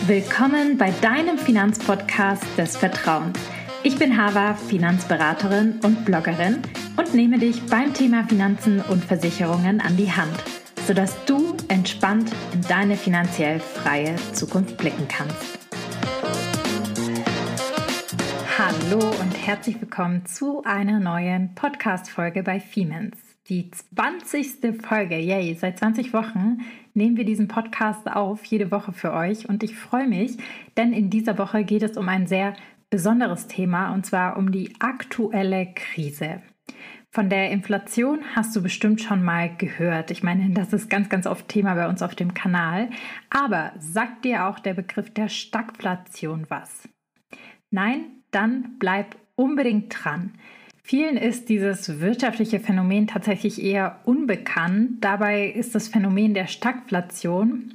Willkommen bei deinem Finanzpodcast des Vertrauens. Ich bin Hava, Finanzberaterin und Bloggerin und nehme dich beim Thema Finanzen und Versicherungen an die Hand, sodass du entspannt in deine finanziell freie Zukunft blicken kannst. Hallo und herzlich willkommen zu einer neuen Podcast-Folge bei Femens. Die 20. Folge, yay, seit 20 Wochen nehmen wir diesen Podcast auf, jede Woche für euch und ich freue mich, denn in dieser Woche geht es um ein sehr besonderes Thema und zwar um die aktuelle Krise. Von der Inflation hast du bestimmt schon mal gehört. Ich meine, das ist ganz, ganz oft Thema bei uns auf dem Kanal. Aber sagt dir auch der Begriff der Stagflation was? Nein? Dann bleib unbedingt dran. Vielen ist dieses wirtschaftliche Phänomen tatsächlich eher unbekannt. Dabei ist das Phänomen der Stagflation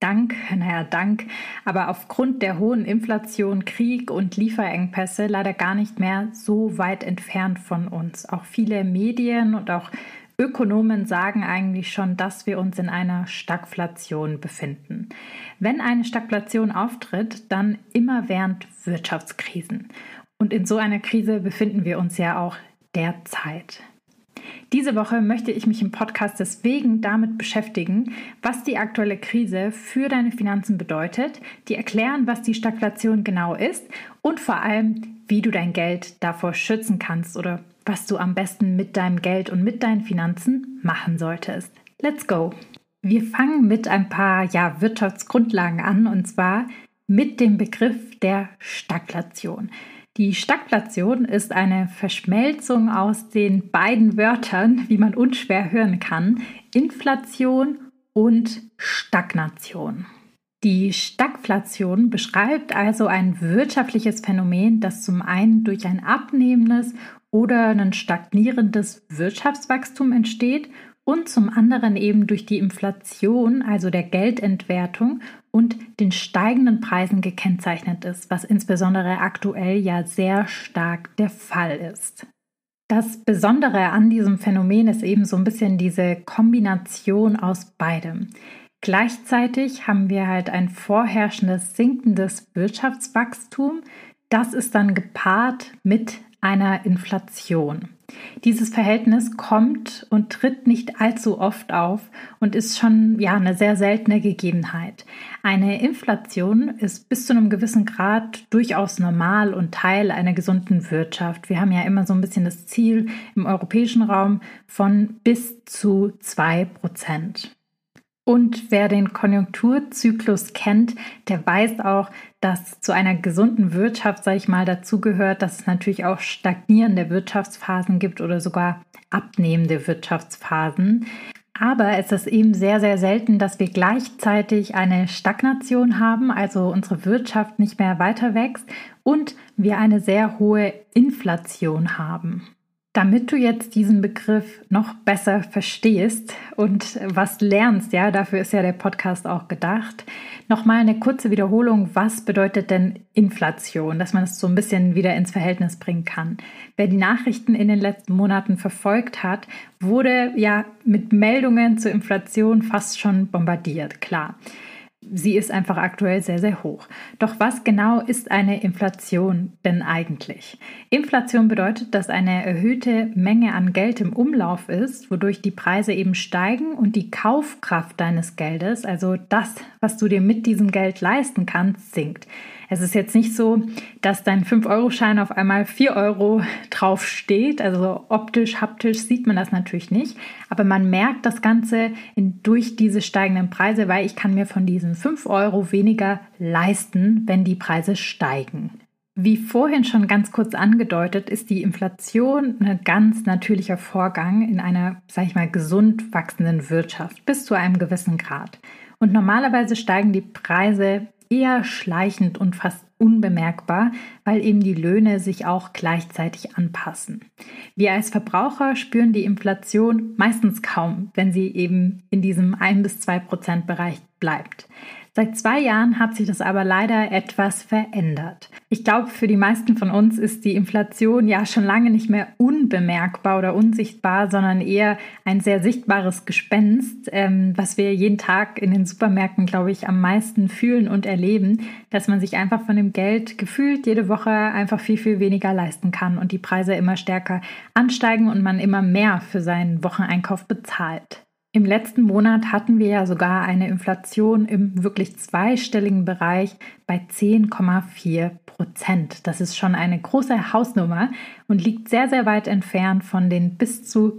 aber aufgrund der hohen Inflation, Krieg und Lieferengpässe leider gar nicht mehr so weit entfernt von uns. Auch viele Medien und auch Ökonomen sagen eigentlich schon, dass wir uns in einer Stagflation befinden. Wenn eine Stagflation auftritt, dann immer während Wirtschaftskrisen. Und in so einer Krise befinden wir uns ja auch derzeit. Diese Woche möchte ich mich im Podcast deswegen damit beschäftigen, was die aktuelle Krise für deine Finanzen bedeutet, dir erklären, was die Stagflation genau ist und vor allem, wie du dein Geld davor schützen kannst oder was du am besten mit deinem Geld und mit deinen Finanzen machen solltest. Let's go! Wir fangen mit ein paar Wirtschaftsgrundlagen an und zwar mit dem Begriff der Stagflation. Die Stagflation ist eine Verschmelzung aus den beiden Wörtern, wie man unschwer hören kann, Inflation und Stagnation. Die Stagflation beschreibt also ein wirtschaftliches Phänomen, das zum einen durch ein abnehmendes oder ein stagnierendes Wirtschaftswachstum entsteht und zum anderen eben durch die Inflation, also der Geldentwertung und den steigenden Preisen gekennzeichnet ist, was insbesondere aktuell ja sehr stark der Fall ist. Das Besondere an diesem Phänomen ist eben so ein bisschen diese Kombination aus beidem. Gleichzeitig haben wir halt ein vorherrschendes sinkendes Wirtschaftswachstum, das ist dann gepaart mit einer Inflation. Dieses Verhältnis kommt und tritt nicht allzu oft auf und ist schon eine sehr seltene Gegebenheit. Eine Inflation ist bis zu einem gewissen Grad durchaus normal und Teil einer gesunden Wirtschaft. Wir haben ja immer so ein bisschen das Ziel im europäischen Raum von bis zu 2%. Und wer den Konjunkturzyklus kennt, der weiß auch, dass zu einer gesunden Wirtschaft, dazugehört, dass es natürlich auch stagnierende Wirtschaftsphasen gibt oder sogar abnehmende Wirtschaftsphasen. Aber es ist eben sehr, sehr selten, dass wir gleichzeitig eine Stagnation haben, also unsere Wirtschaft nicht mehr weiter wächst und wir eine sehr hohe Inflation haben. Damit du jetzt diesen Begriff noch besser verstehst und was lernst, dafür ist ja der Podcast auch gedacht, nochmal eine kurze Wiederholung, was bedeutet denn Inflation, dass man es so ein bisschen wieder ins Verhältnis bringen kann. Wer die Nachrichten in den letzten Monaten verfolgt hat, wurde mit Meldungen zur Inflation fast schon bombardiert, klar. Sie ist einfach aktuell sehr, sehr hoch. Doch was genau ist eine Inflation denn eigentlich? Inflation bedeutet, dass eine erhöhte Menge an Geld im Umlauf ist, wodurch die Preise eben steigen und die Kaufkraft deines Geldes, also das, was du dir mit diesem Geld leisten kannst, sinkt. Es ist jetzt nicht so, dass dein 5-Euro-Schein auf einmal 4 Euro drauf steht. Also optisch, haptisch sieht man das natürlich nicht. Aber man merkt das Ganze durch diese steigenden Preise, weil ich kann mir von diesen 5 Euro weniger leisten, wenn die Preise steigen. Wie vorhin schon ganz kurz angedeutet, ist die Inflation ein ganz natürlicher Vorgang in einer, gesund wachsenden Wirtschaft bis zu einem gewissen Grad. Und normalerweise steigen die Preise eher schleichend und fast unbemerkbar, weil eben die Löhne sich auch gleichzeitig anpassen. Wir als Verbraucher spüren die Inflation meistens kaum, wenn sie eben in diesem 1-2% Bereich bleibt. Seit 2 Jahren hat sich das aber leider etwas verändert. Ich glaube, für die meisten von uns ist die Inflation ja schon lange nicht mehr unbemerkbar oder unsichtbar, sondern eher ein sehr sichtbares Gespenst, was wir jeden Tag in den Supermärkten, glaube ich, am meisten fühlen und erleben, dass man sich einfach von dem Geld gefühlt jede Woche einfach viel, viel weniger leisten kann und die Preise immer stärker ansteigen und man immer mehr für seinen Wocheneinkauf bezahlt. Im letzten Monat hatten wir ja sogar eine Inflation im wirklich zweistelligen Bereich bei 10,4%. Das ist schon eine große Hausnummer und liegt sehr, sehr weit entfernt von den bis zu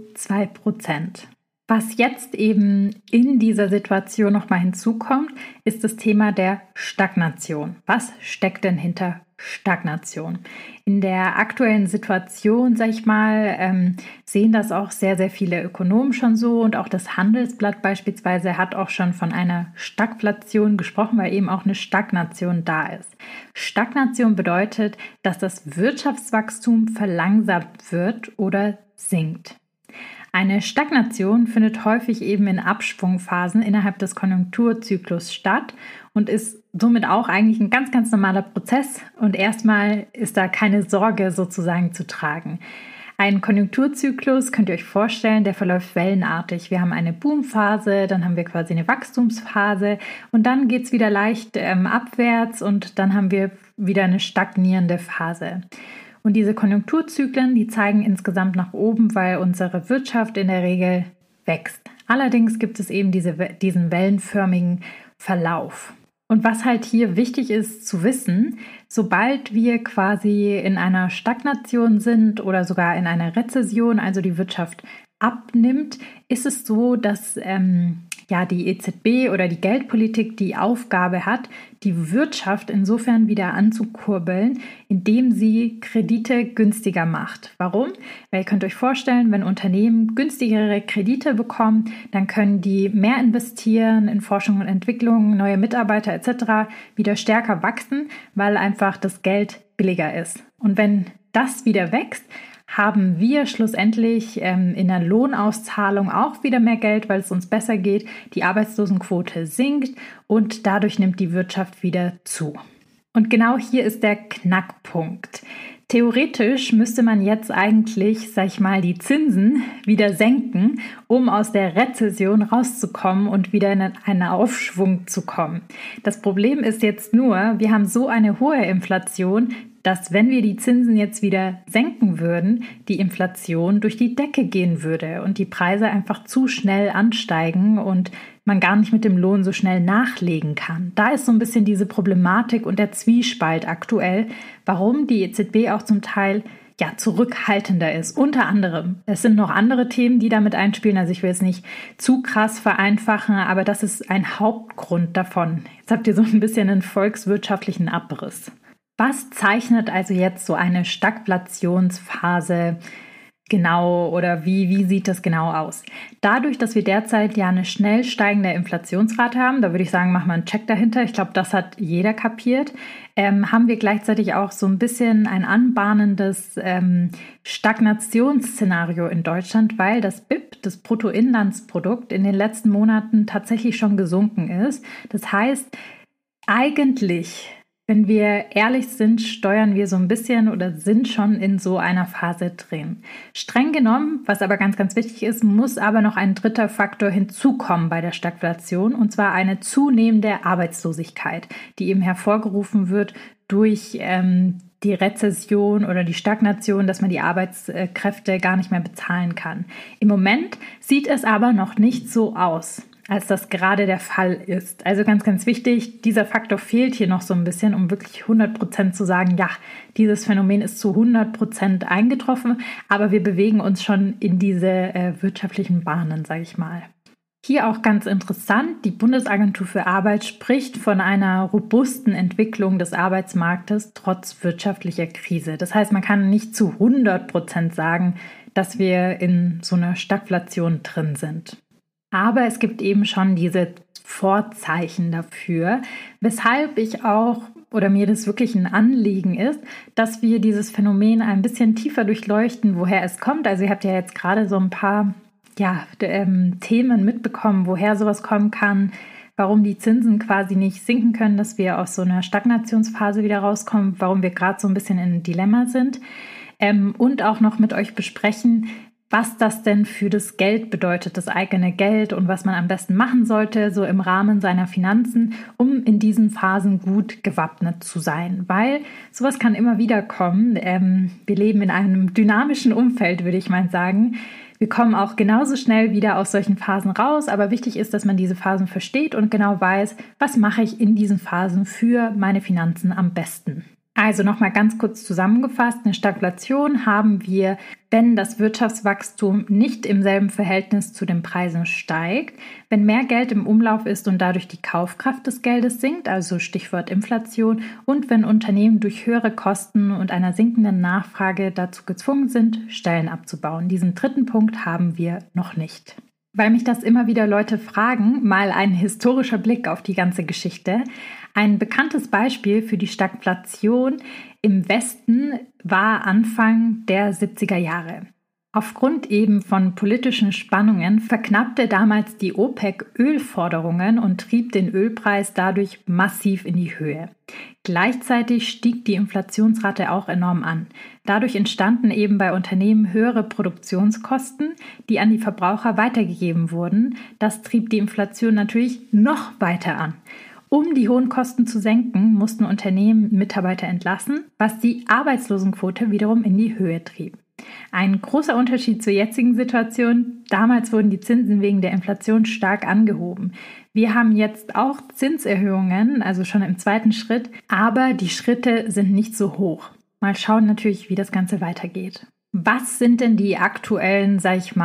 2%. Was jetzt eben in dieser Situation nochmal hinzukommt, ist das Thema der Stagnation. Was steckt denn hinter Stagnation? In der aktuellen Situation, sag ich mal, sehen das auch sehr, sehr viele Ökonomen schon so und auch das Handelsblatt beispielsweise hat auch schon von einer Stagflation gesprochen, weil eben auch eine Stagnation da ist. Stagnation bedeutet, dass das Wirtschaftswachstum verlangsamt wird oder sinkt. Eine Stagnation findet häufig eben in Abschwungphasen innerhalb des Konjunkturzyklus statt und ist somit auch eigentlich ein ganz, ganz normaler Prozess und erstmal ist da keine Sorge sozusagen zu tragen. Ein Konjunkturzyklus könnt ihr euch vorstellen, der verläuft wellenartig. Wir haben eine Boomphase, dann haben wir quasi eine Wachstumsphase und dann geht es wieder leicht abwärts und dann haben wir wieder eine stagnierende Phase. Und diese Konjunkturzyklen, die zeigen insgesamt nach oben, weil unsere Wirtschaft in der Regel wächst. Allerdings gibt es eben diesen wellenförmigen Verlauf. Und was halt hier wichtig ist zu wissen, sobald wir quasi in einer Stagnation sind oder sogar in einer Rezession, also die Wirtschaft abnimmt, ist es so, dass die EZB oder die Geldpolitik die Aufgabe hat, die Wirtschaft insofern wieder anzukurbeln, indem sie Kredite günstiger macht. Warum? Weil ihr könnt euch vorstellen, wenn Unternehmen günstigere Kredite bekommen, dann können die mehr investieren in Forschung und Entwicklung, neue Mitarbeiter etc., wieder stärker wachsen, weil einfach das Geld billiger ist. Und wenn das wieder wächst, haben wir schlussendlich in der Lohnauszahlung auch wieder mehr Geld, weil es uns besser geht. Die Arbeitslosenquote sinkt und dadurch nimmt die Wirtschaft wieder zu. Und genau hier ist der Knackpunkt. Theoretisch müsste man jetzt eigentlich, sag ich mal, die Zinsen wieder senken, um aus der Rezession rauszukommen und wieder in einen Aufschwung zu kommen. Das Problem ist jetzt nur, wir haben so eine hohe Inflation, dass wenn wir die Zinsen jetzt wieder senken würden, die Inflation durch die Decke gehen würde und die Preise einfach zu schnell ansteigen und man gar nicht mit dem Lohn so schnell nachlegen kann. Da ist so ein bisschen diese Problematik und der Zwiespalt aktuell, warum die EZB auch zum Teil zurückhaltender ist. Unter anderem. Es sind noch andere Themen, die damit einspielen. Also ich will es nicht zu krass vereinfachen, aber das ist ein Hauptgrund davon. Jetzt habt ihr so ein bisschen einen volkswirtschaftlichen Abriss. Was zeichnet also jetzt so eine Stagflationsphase genau oder wie sieht das genau aus? Dadurch, dass wir derzeit ja eine schnell steigende Inflationsrate haben, da würde ich sagen, machen wir einen Check dahinter. Ich glaube, das hat jeder kapiert. Haben wir gleichzeitig auch so ein bisschen ein anbahnendes Stagnationsszenario in Deutschland, weil das BIP, das Bruttoinlandsprodukt, in den letzten Monaten tatsächlich schon gesunken ist. Das heißt, eigentlich, wenn wir ehrlich sind, steuern wir so ein bisschen oder sind schon in so einer Phase drin. Streng genommen, was aber ganz, ganz wichtig ist, muss aber noch ein dritter Faktor hinzukommen bei der Stagflation, und zwar eine zunehmende Arbeitslosigkeit, die eben hervorgerufen wird durch die Rezession oder die Stagnation, dass man die Arbeitskräfte gar nicht mehr bezahlen kann. Im Moment sieht es aber noch nicht so aus, als das gerade der Fall ist. Also ganz, ganz wichtig, dieser Faktor fehlt hier noch so ein bisschen, um wirklich 100% zu sagen, ja, dieses Phänomen ist zu 100% eingetroffen, aber wir bewegen uns schon in diese wirtschaftlichen Bahnen, sage ich mal. Hier auch ganz interessant, die Bundesagentur für Arbeit spricht von einer robusten Entwicklung des Arbeitsmarktes trotz wirtschaftlicher Krise. Das heißt, man kann nicht zu 100% sagen, dass wir in so einer Stagflation drin sind. Aber es gibt eben schon diese Vorzeichen dafür, weshalb ich auch oder mir das wirklich ein Anliegen ist, dass wir dieses Phänomen ein bisschen tiefer durchleuchten, woher es kommt. Also ihr habt ja jetzt gerade so ein paar Themen mitbekommen, woher sowas kommen kann, warum die Zinsen quasi nicht sinken können, dass wir aus so einer Stagnationsphase wieder rauskommen, warum wir gerade so ein bisschen in einem Dilemma sind. Und auch noch mit euch besprechen, was das denn für das Geld bedeutet, das eigene Geld und was man am besten machen sollte, so im Rahmen seiner Finanzen, um in diesen Phasen gut gewappnet zu sein. Weil sowas kann immer wieder kommen. Wir leben in einem dynamischen Umfeld, würde ich mal sagen. Wir kommen auch genauso schnell wieder aus solchen Phasen raus, aber wichtig ist, dass man diese Phasen versteht und genau weiß, was mache ich in diesen Phasen für meine Finanzen am besten. Also nochmal ganz kurz zusammengefasst, eine Stagflation haben wir, wenn das Wirtschaftswachstum nicht im selben Verhältnis zu den Preisen steigt, wenn mehr Geld im Umlauf ist und dadurch die Kaufkraft des Geldes sinkt, also Stichwort Inflation, und wenn Unternehmen durch höhere Kosten und einer sinkenden Nachfrage dazu gezwungen sind, Stellen abzubauen. Diesen dritten Punkt haben wir noch nicht. Weil mich das immer wieder Leute fragen, mal ein historischer Blick auf die ganze Geschichte. Ein bekanntes Beispiel für die Stagflation im Westen war Anfang der 70er Jahre. Aufgrund eben von politischen Spannungen verknappte damals die OPEC Ölforderungen und trieb den Ölpreis dadurch massiv in die Höhe. Gleichzeitig stieg die Inflationsrate auch enorm an. Dadurch entstanden eben bei Unternehmen höhere Produktionskosten, die an die Verbraucher weitergegeben wurden. Das trieb die Inflation natürlich noch weiter an. Um die hohen Kosten zu senken, mussten Unternehmen Mitarbeiter entlassen, was die Arbeitslosenquote wiederum in die Höhe trieb. Ein großer Unterschied zur jetzigen Situation: Damals wurden die Zinsen wegen der Inflation stark angehoben. Wir haben jetzt auch Zinserhöhungen, also schon im zweiten Schritt, aber die Schritte sind nicht so hoch. Mal schauen natürlich, wie das Ganze weitergeht. Was sind denn die aktuellen,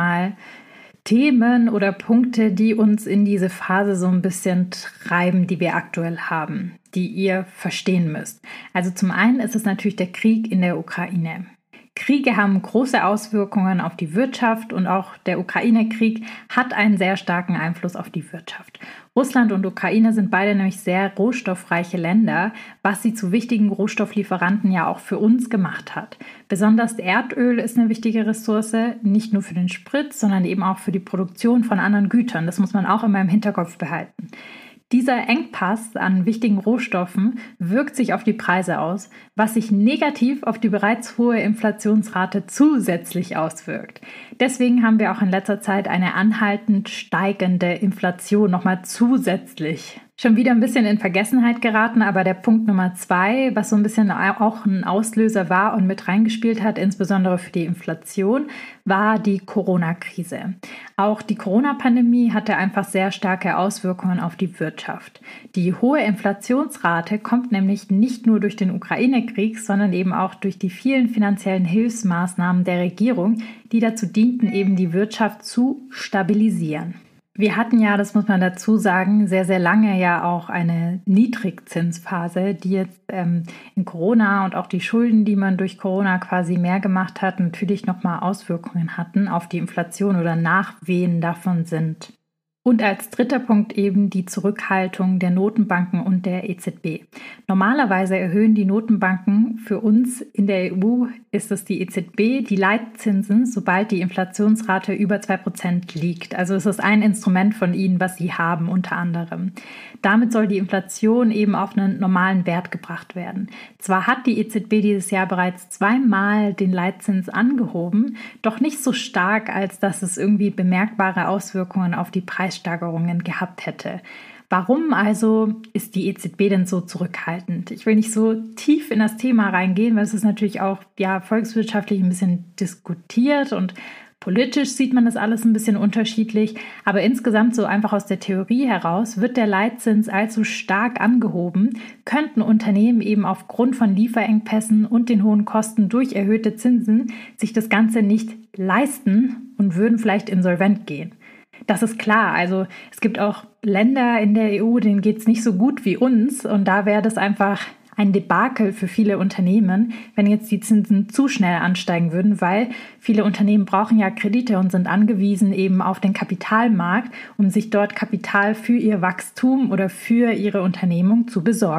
Themen oder Punkte, die uns in diese Phase so ein bisschen treiben, die wir aktuell haben, die ihr verstehen müsst? Also zum einen ist es natürlich der Krieg in der Ukraine. Kriege haben große Auswirkungen auf die Wirtschaft und auch der Ukraine-Krieg hat einen sehr starken Einfluss auf die Wirtschaft. Russland und Ukraine sind beide nämlich sehr rohstoffreiche Länder, was sie zu wichtigen Rohstofflieferanten ja auch für uns gemacht hat. Besonders Erdöl ist eine wichtige Ressource, nicht nur für den Sprit, sondern eben auch für die Produktion von anderen Gütern. Das muss man auch immer im Hinterkopf behalten. Dieser Engpass an wichtigen Rohstoffen wirkt sich auf die Preise aus, was sich negativ auf die bereits hohe Inflationsrate zusätzlich auswirkt. Deswegen haben wir auch in letzter Zeit eine anhaltend steigende Inflation nochmal zusätzlich. Schon wieder ein bisschen in Vergessenheit geraten, aber der Punkt Nummer 2, was so ein bisschen auch ein Auslöser war und mit reingespielt hat, insbesondere für die Inflation, war die Corona-Krise. Auch die Corona-Pandemie hatte einfach sehr starke Auswirkungen auf die Wirtschaft. Die hohe Inflationsrate kommt nämlich nicht nur durch den Ukraine-Krieg, sondern eben auch durch die vielen finanziellen Hilfsmaßnahmen der Regierung, die dazu dienten, eben die Wirtschaft zu stabilisieren. Wir hatten ja, das muss man dazu sagen, sehr, sehr lange ja auch eine Niedrigzinsphase, die jetzt in Corona und auch die Schulden, die man durch Corona quasi mehr gemacht hat, natürlich nochmal Auswirkungen hatten auf die Inflation oder Nachwehen davon sind. Und als dritter Punkt eben die Zurückhaltung der Notenbanken und der EZB. Normalerweise erhöhen die Notenbanken, für uns in der EU ist es die EZB, die Leitzinsen, sobald die Inflationsrate über 2% liegt. Also es ist ein Instrument von ihnen, was sie haben unter anderem. Damit soll die Inflation eben auf einen normalen Wert gebracht werden. Zwar hat die EZB dieses Jahr bereits 2-mal den Leitzins angehoben, doch nicht so stark, als dass es irgendwie bemerkbare Auswirkungen auf die Preissteigerungen gehabt hätte. Warum also ist die EZB denn so zurückhaltend? Ich will nicht so tief in das Thema reingehen, weil es ist natürlich auch volkswirtschaftlich ein bisschen diskutiert und politisch sieht man das alles ein bisschen unterschiedlich, aber insgesamt so einfach aus der Theorie heraus, wird der Leitzins allzu stark angehoben, könnten Unternehmen eben aufgrund von Lieferengpässen und den hohen Kosten durch erhöhte Zinsen sich das Ganze nicht leisten und würden vielleicht insolvent gehen. Das ist klar, also es gibt auch Länder in der EU, denen geht es nicht so gut wie uns und da wäre das einfach ein Debakel für viele Unternehmen, wenn jetzt die Zinsen zu schnell ansteigen würden, weil viele Unternehmen brauchen ja Kredite und sind angewiesen eben auf den Kapitalmarkt, um sich dort Kapital für ihr Wachstum oder für ihre Unternehmung zu besorgen.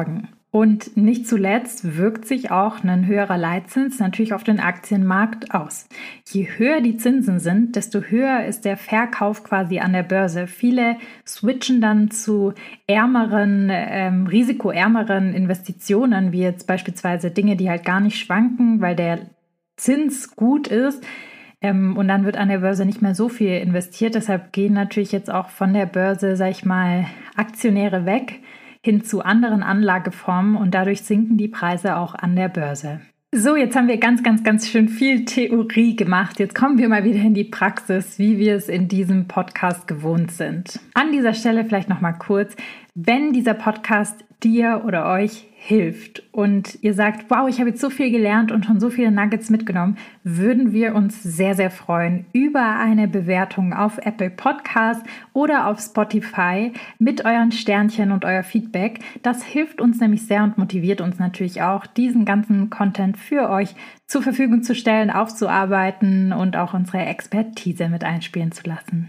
Und nicht zuletzt wirkt sich auch ein höherer Leitzins natürlich auf den Aktienmarkt aus. Je höher die Zinsen sind, desto höher ist der Verkauf quasi an der Börse. Viele switchen dann zu risikoärmeren Investitionen, wie jetzt beispielsweise Dinge, die halt gar nicht schwanken, weil der Zins gut ist. Und dann wird an der Börse nicht mehr so viel investiert. Deshalb gehen natürlich jetzt auch von der Börse, Aktionäre weg hin zu anderen Anlageformen und dadurch sinken die Preise auch an der Börse. So, jetzt haben wir ganz schön viel Theorie gemacht. Jetzt kommen wir mal wieder in die Praxis, wie wir es in diesem Podcast gewohnt sind. An dieser Stelle vielleicht noch mal kurz, wenn dieser Podcast dir oder euch hilft und ihr sagt, wow, ich habe jetzt so viel gelernt und schon so viele Nuggets mitgenommen, würden wir uns sehr freuen über eine Bewertung auf Apple Podcasts oder auf Spotify mit euren Sternchen und euer Feedback. Das hilft uns nämlich sehr und motiviert uns natürlich auch, diesen ganzen Content für euch zur Verfügung zu stellen, aufzuarbeiten und auch unsere Expertise mit einspielen zu lassen.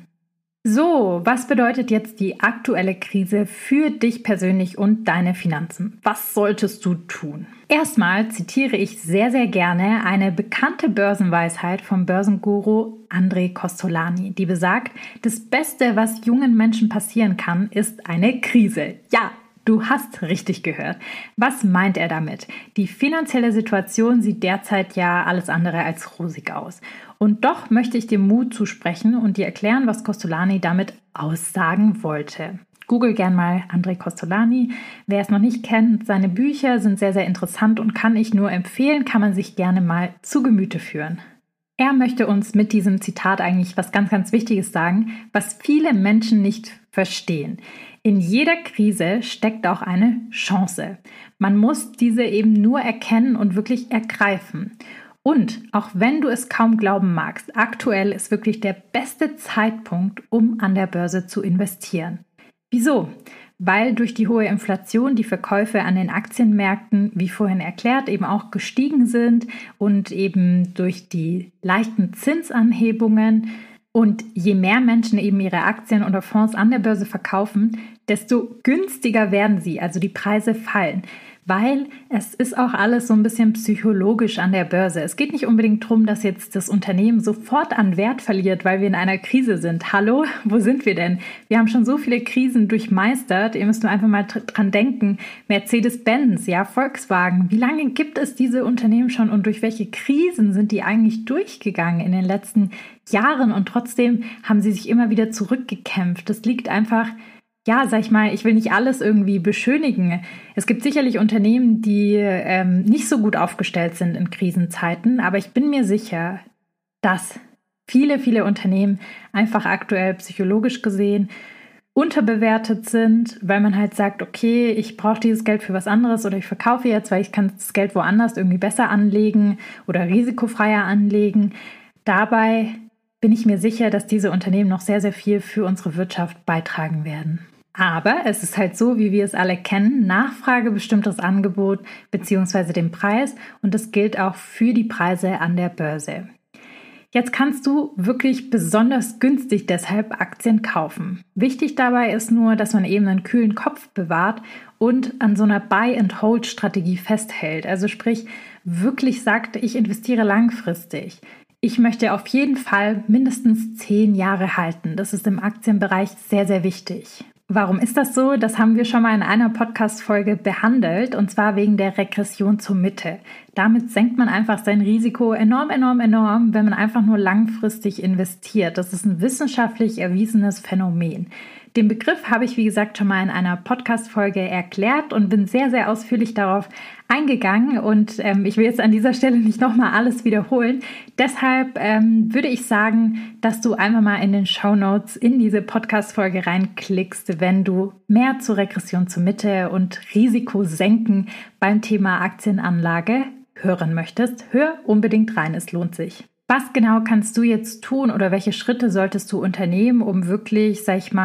So, was bedeutet jetzt die aktuelle Krise für dich persönlich und deine Finanzen? Was solltest du tun? Erstmal zitiere ich sehr gerne eine bekannte Börsenweisheit vom Börsenguru André Kostolany, die besagt, das Beste, was jungen Menschen passieren kann, ist eine Krise. Ja! Du hast richtig gehört. Was meint er damit? Die finanzielle Situation sieht derzeit ja alles andere als rosig aus. Und doch möchte ich dir Mut zusprechen und dir erklären, was Kostolany damit aussagen wollte. Google gern mal André Kostolany. Wer es noch nicht kennt, seine Bücher sind sehr interessant und kann ich nur empfehlen, kann man sich gerne mal zu Gemüte führen. Er möchte uns mit diesem Zitat eigentlich was ganz Wichtiges sagen, was viele Menschen nicht verstehen. In jeder Krise steckt auch eine Chance. Man muss diese eben nur erkennen und wirklich ergreifen. Und auch wenn du es kaum glauben magst, aktuell ist wirklich der beste Zeitpunkt, um an der Börse zu investieren. Wieso? Weil durch die hohe Inflation die Verkäufe an den Aktienmärkten, wie vorhin erklärt, eben auch gestiegen sind und eben durch die leichten Zinsanhebungen. Und je mehr Menschen eben ihre Aktien oder Fonds an der Börse verkaufen, desto günstiger werden sie, also die Preise fallen. Weil es ist auch alles so ein bisschen psychologisch an der Börse. Es geht nicht unbedingt darum, dass jetzt das Unternehmen sofort an Wert verliert, weil wir in einer Krise sind. Hallo, wo sind wir denn? Wir haben schon so viele Krisen durchmeistert. Ihr müsst nur einfach mal dran denken. Mercedes-Benz, ja, Volkswagen. Wie lange gibt es diese Unternehmen schon und durch welche Krisen sind die eigentlich durchgegangen in den letzten Jahren? Und trotzdem haben sie sich immer wieder zurückgekämpft. Das liegt einfach... Ja, ich will nicht alles irgendwie beschönigen. Es gibt sicherlich Unternehmen, die nicht so gut aufgestellt sind in Krisenzeiten, aber ich bin mir sicher, dass viele Unternehmen einfach aktuell psychologisch gesehen unterbewertet sind, weil man halt sagt, okay, ich brauche dieses Geld für was anderes oder ich verkaufe jetzt, weil ich kann das Geld woanders irgendwie besser anlegen oder risikofreier anlegen. Dabei bin ich mir sicher, dass diese Unternehmen noch sehr viel für unsere Wirtschaft beitragen werden. Aber es ist halt so, wie wir es alle kennen, Nachfrage bestimmt das Angebot bzw. den Preis und das gilt auch für die Preise an der Börse. Jetzt kannst du wirklich besonders günstig deshalb Aktien kaufen. Wichtig dabei ist nur, dass man eben einen kühlen Kopf bewahrt und an so einer Buy-and-Hold-Strategie festhält. Also sprich, wirklich sagt, ich investiere langfristig. Ich möchte auf jeden Fall mindestens 10 Jahre halten. Das ist im Aktienbereich sehr wichtig. Warum ist das so? Das haben wir schon mal in einer Podcast-Folge behandelt und zwar wegen der Regression zur Mitte. Damit senkt man einfach sein Risiko enorm, wenn man einfach nur langfristig investiert. Das ist ein wissenschaftlich erwiesenes Phänomen. Den Begriff habe ich, wie gesagt, schon mal in einer Podcast-Folge erklärt und bin sehr ausführlich darauf eingegangen und ich will jetzt an dieser Stelle nicht nochmal alles wiederholen. Deshalb würde ich sagen, dass du einfach mal in den Shownotes in diese Podcast-Folge reinklickst, wenn du mehr zur Regression zur Mitte und Risiko senken beim Thema Aktienanlage hören möchtest. Hör unbedingt rein, es lohnt sich. Was genau kannst du jetzt tun oder welche Schritte solltest du unternehmen, um wirklich,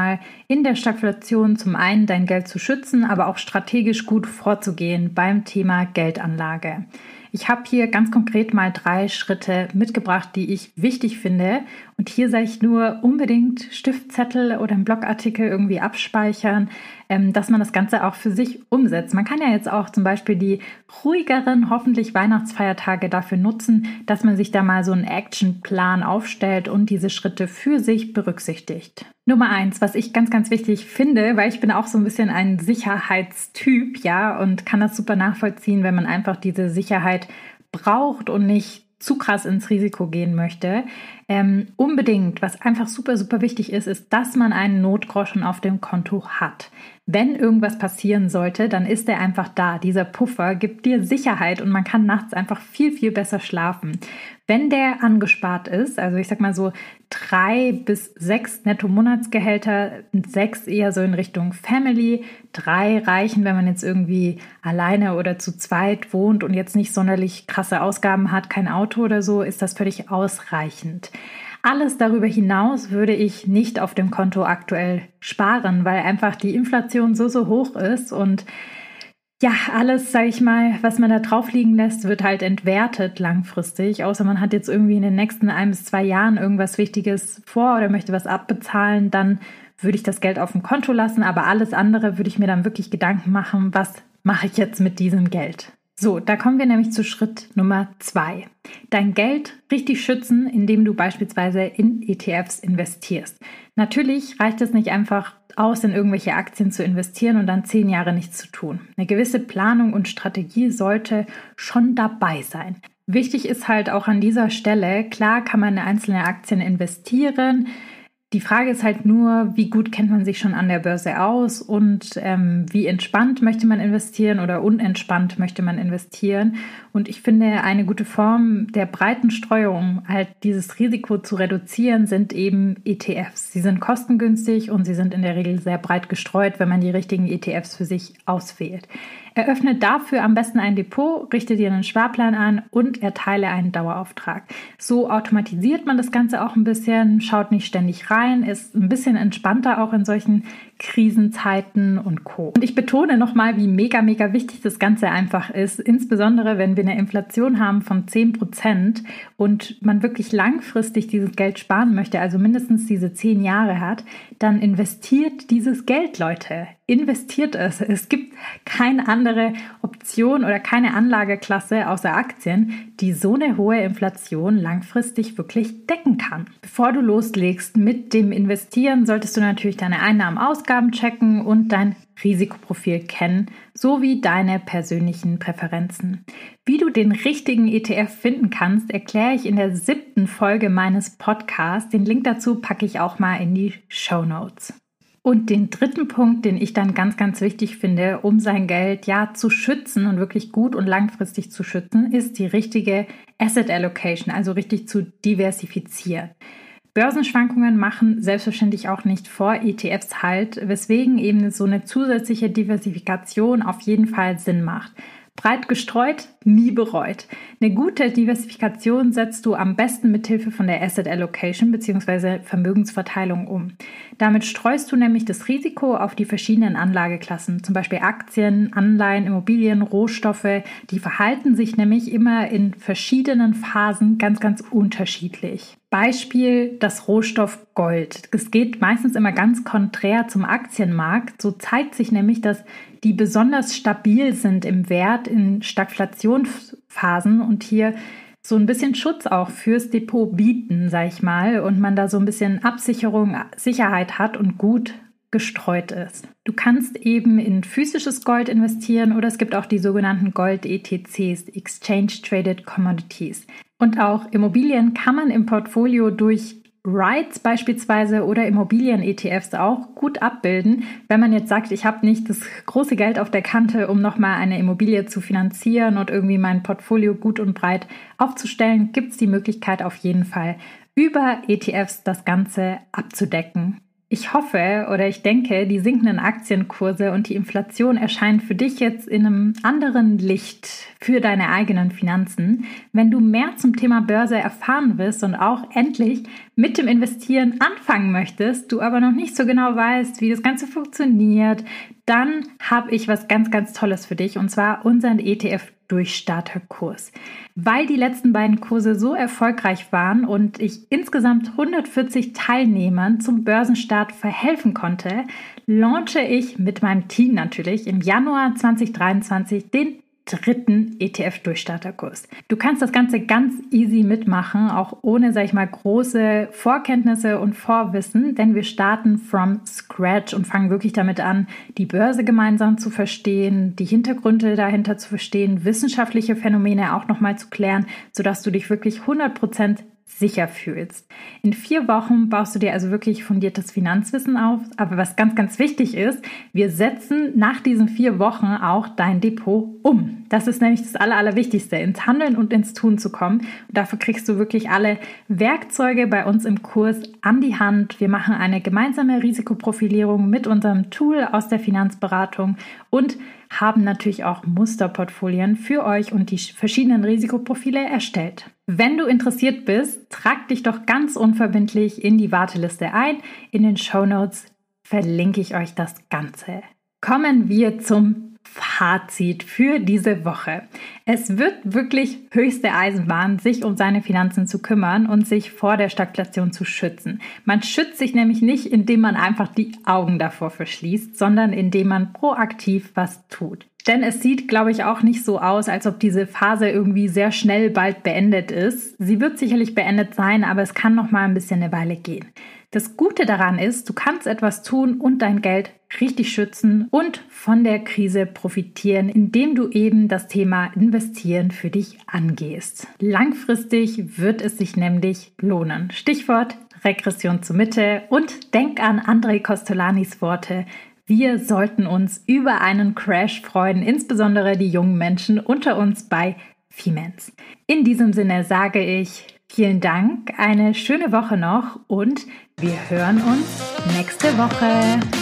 in der Stagflation zum einen dein Geld zu schützen, aber auch strategisch gut vorzugehen beim Thema Geldanlage? Ich habe hier ganz konkret mal 3 Schritte mitgebracht, die ich wichtig finde. Und hier sage ich nur unbedingt Stiftzettel oder einen Blogartikel irgendwie abspeichern, dass man das Ganze auch für sich umsetzt. Man kann ja jetzt auch zum Beispiel die ruhigeren, hoffentlich Weihnachtsfeiertage dafür nutzen, dass man sich da mal so einen Actionplan aufstellt und diese Schritte für sich berücksichtigt. Nummer 1, was ich ganz, ganz wichtig finde, weil ich bin auch so ein bisschen ein Sicherheitstyp, ja, und kann das super nachvollziehen, wenn man einfach diese Sicherheit braucht und nicht zu krass ins Risiko gehen möchte. Unbedingt, was einfach super, super wichtig ist, ist, dass man einen Notgroschen auf dem Konto hat. Wenn irgendwas passieren sollte, dann ist er einfach da. Dieser Puffer gibt dir Sicherheit und man kann nachts einfach viel, viel besser schlafen. Wenn der angespart ist, also ich sag mal so 3 bis 6 Netto-Monatsgehälter, 6 eher so in Richtung Family, 3 reichen, wenn man jetzt irgendwie alleine oder zu zweit wohnt und jetzt nicht sonderlich krasse Ausgaben hat, kein Auto oder so, ist das völlig ausreichend. Alles darüber hinaus würde ich nicht auf dem Konto aktuell sparen, weil einfach die Inflation so, so hoch ist und ja, alles, sage ich mal, was man da drauf liegen lässt, wird halt entwertet langfristig, außer man hat jetzt irgendwie in den nächsten 1 bis 2 Jahren irgendwas Wichtiges vor oder möchte was abbezahlen, dann würde ich das Geld auf dem Konto lassen, aber alles andere würde ich mir dann wirklich Gedanken machen, was mache ich jetzt mit diesem Geld? So, da kommen wir nämlich zu Schritt Nummer 2. Dein Geld richtig schützen, indem du beispielsweise in ETFs investierst. Natürlich reicht es nicht einfach aus, in irgendwelche Aktien zu investieren und dann 10 Jahre nichts zu tun. Eine gewisse Planung und Strategie sollte schon dabei sein. Wichtig ist halt auch an dieser Stelle, klar kann man in einzelne Aktien investieren. Die Frage ist halt nur, wie gut kennt man sich schon an der Börse aus und wie entspannt möchte man investieren oder unentspannt möchte man investieren. Und ich finde, eine gute Form der breiten Streuung, halt dieses Risiko zu reduzieren, sind eben ETFs. Sie sind kostengünstig und sie sind in der Regel sehr breit gestreut, wenn man die richtigen ETFs für sich auswählt. Eröffne dafür am besten ein Depot, richte dir einen Sparplan an und erteile einen Dauerauftrag. So automatisiert man das Ganze auch ein bisschen, schaut nicht ständig rein, ist ein bisschen entspannter auch in solchen Krisenzeiten und Co. Und ich betone nochmal, wie mega, mega wichtig das Ganze einfach ist, insbesondere wenn wir eine Inflation haben von 10% und man wirklich langfristig dieses Geld sparen möchte, also mindestens diese 10 Jahre hat, dann investiert dieses Geld, Leute. Investiert es. Es gibt keine andere Option oder keine Anlageklasse außer Aktien, die so eine hohe Inflation langfristig wirklich decken kann. Bevor du loslegst mit dem Investieren, solltest du natürlich deine Einnahmen, Ausgaben checken und dein Risikoprofil kennen, sowie deine persönlichen Präferenzen. Wie du den richtigen ETF finden kannst, erkläre ich in der 7. Folge meines Podcasts. Den Link dazu packe ich auch mal in die Shownotes. Und den 3. Punkt, den ich dann ganz, ganz wichtig finde, um sein Geld ja zu schützen und wirklich gut und langfristig zu schützen, ist die richtige Asset Allocation, also richtig zu diversifizieren. Börsenschwankungen machen selbstverständlich auch nicht vor ETFs halt, weswegen eben so eine zusätzliche Diversifikation auf jeden Fall Sinn macht. Breit gestreut, nie bereut. Eine gute Diversifikation setzt du am besten mit Hilfe von der Asset Allocation bzw. Vermögensverteilung um. Damit streust du nämlich das Risiko auf die verschiedenen Anlageklassen, zum Beispiel Aktien, Anleihen, Immobilien, Rohstoffe. Die verhalten sich nämlich immer in verschiedenen Phasen ganz, ganz unterschiedlich. Beispiel das Rohstoff Gold. Es geht meistens immer ganz konträr zum Aktienmarkt. So zeigt sich nämlich, dass die besonders stabil sind im Wert in Stagflationsphasen und hier so ein bisschen Schutz auch fürs Depot bieten, sag ich mal, und man da so ein bisschen Absicherung, Sicherheit hat und gut gestreut ist. Du kannst eben in physisches Gold investieren oder es gibt auch die sogenannten Gold-ETCs, Exchange Traded Commodities. Und auch Immobilien kann man im Portfolio durch REITs beispielsweise oder Immobilien-ETFs auch gut abbilden. Wenn man jetzt sagt, ich habe nicht das große Geld auf der Kante, um nochmal eine Immobilie zu finanzieren und irgendwie mein Portfolio gut und breit aufzustellen, gibt es die Möglichkeit auf jeden Fall, über ETFs das Ganze abzudecken. Ich hoffe oder ich denke, die sinkenden Aktienkurse und die Inflation erscheinen für dich jetzt in einem anderen Licht für deine eigenen Finanzen. Wenn du mehr zum Thema Börse erfahren willst und auch endlich mit dem Investieren anfangen möchtest, du aber noch nicht so genau weißt, wie das Ganze funktioniert, dann habe ich was ganz, ganz Tolles für dich und zwar unseren ETF ETF-Durchstarterkurs. Weil die letzten beiden Kurse so erfolgreich waren und ich insgesamt 140 Teilnehmern zum Börsenstart verhelfen konnte, launche ich mit meinem Team natürlich im Januar 2023 den dritten ETF-Durchstarterkurs. Du kannst das Ganze ganz easy mitmachen, auch ohne, große Vorkenntnisse und Vorwissen, denn wir starten from scratch und fangen wirklich damit an, die Börse gemeinsam zu verstehen, die Hintergründe dahinter zu verstehen, wissenschaftliche Phänomene auch nochmal zu klären, sodass du dich wirklich 100% sicher fühlst. In 4 Wochen baust du dir also wirklich fundiertes Finanzwissen auf. Aber was ganz, ganz wichtig ist, wir setzen nach diesen 4 Wochen auch dein Depot um. Das ist nämlich das Allerwichtigste, ins Handeln und ins Tun zu kommen. Und dafür kriegst du wirklich alle Werkzeuge bei uns im Kurs an die Hand. Wir machen eine gemeinsame Risikoprofilierung mit unserem Tool aus der Finanzberatung und haben natürlich auch Musterportfolien für euch und die verschiedenen Risikoprofile erstellt. Wenn du interessiert bist, trag dich doch ganz unverbindlich in die Warteliste ein. In den Shownotes verlinke ich euch das Ganze. Kommen wir zum Fazit für diese Woche. Es wird wirklich höchste Eisenbahn, sich um seine Finanzen zu kümmern und sich vor der Stagflation zu schützen. Man schützt sich nämlich nicht, indem man einfach die Augen davor verschließt, sondern indem man proaktiv was tut. Denn es sieht, glaube ich, auch nicht so aus, als ob diese Phase irgendwie sehr schnell bald beendet ist. Sie wird sicherlich beendet sein, aber es kann noch mal ein bisschen eine Weile gehen. Das Gute daran ist, du kannst etwas tun und dein Geld richtig schützen und von der Krise profitieren, indem du eben das Thema Investieren für dich angehst. Langfristig wird es sich nämlich lohnen. Stichwort Regression zur Mitte und denk an Andrei Kostolanis Worte. Wir sollten uns über einen Crash freuen, insbesondere die jungen Menschen unter uns bei Femens. In diesem Sinne sage ich vielen Dank, eine schöne Woche noch und wir hören uns nächste Woche.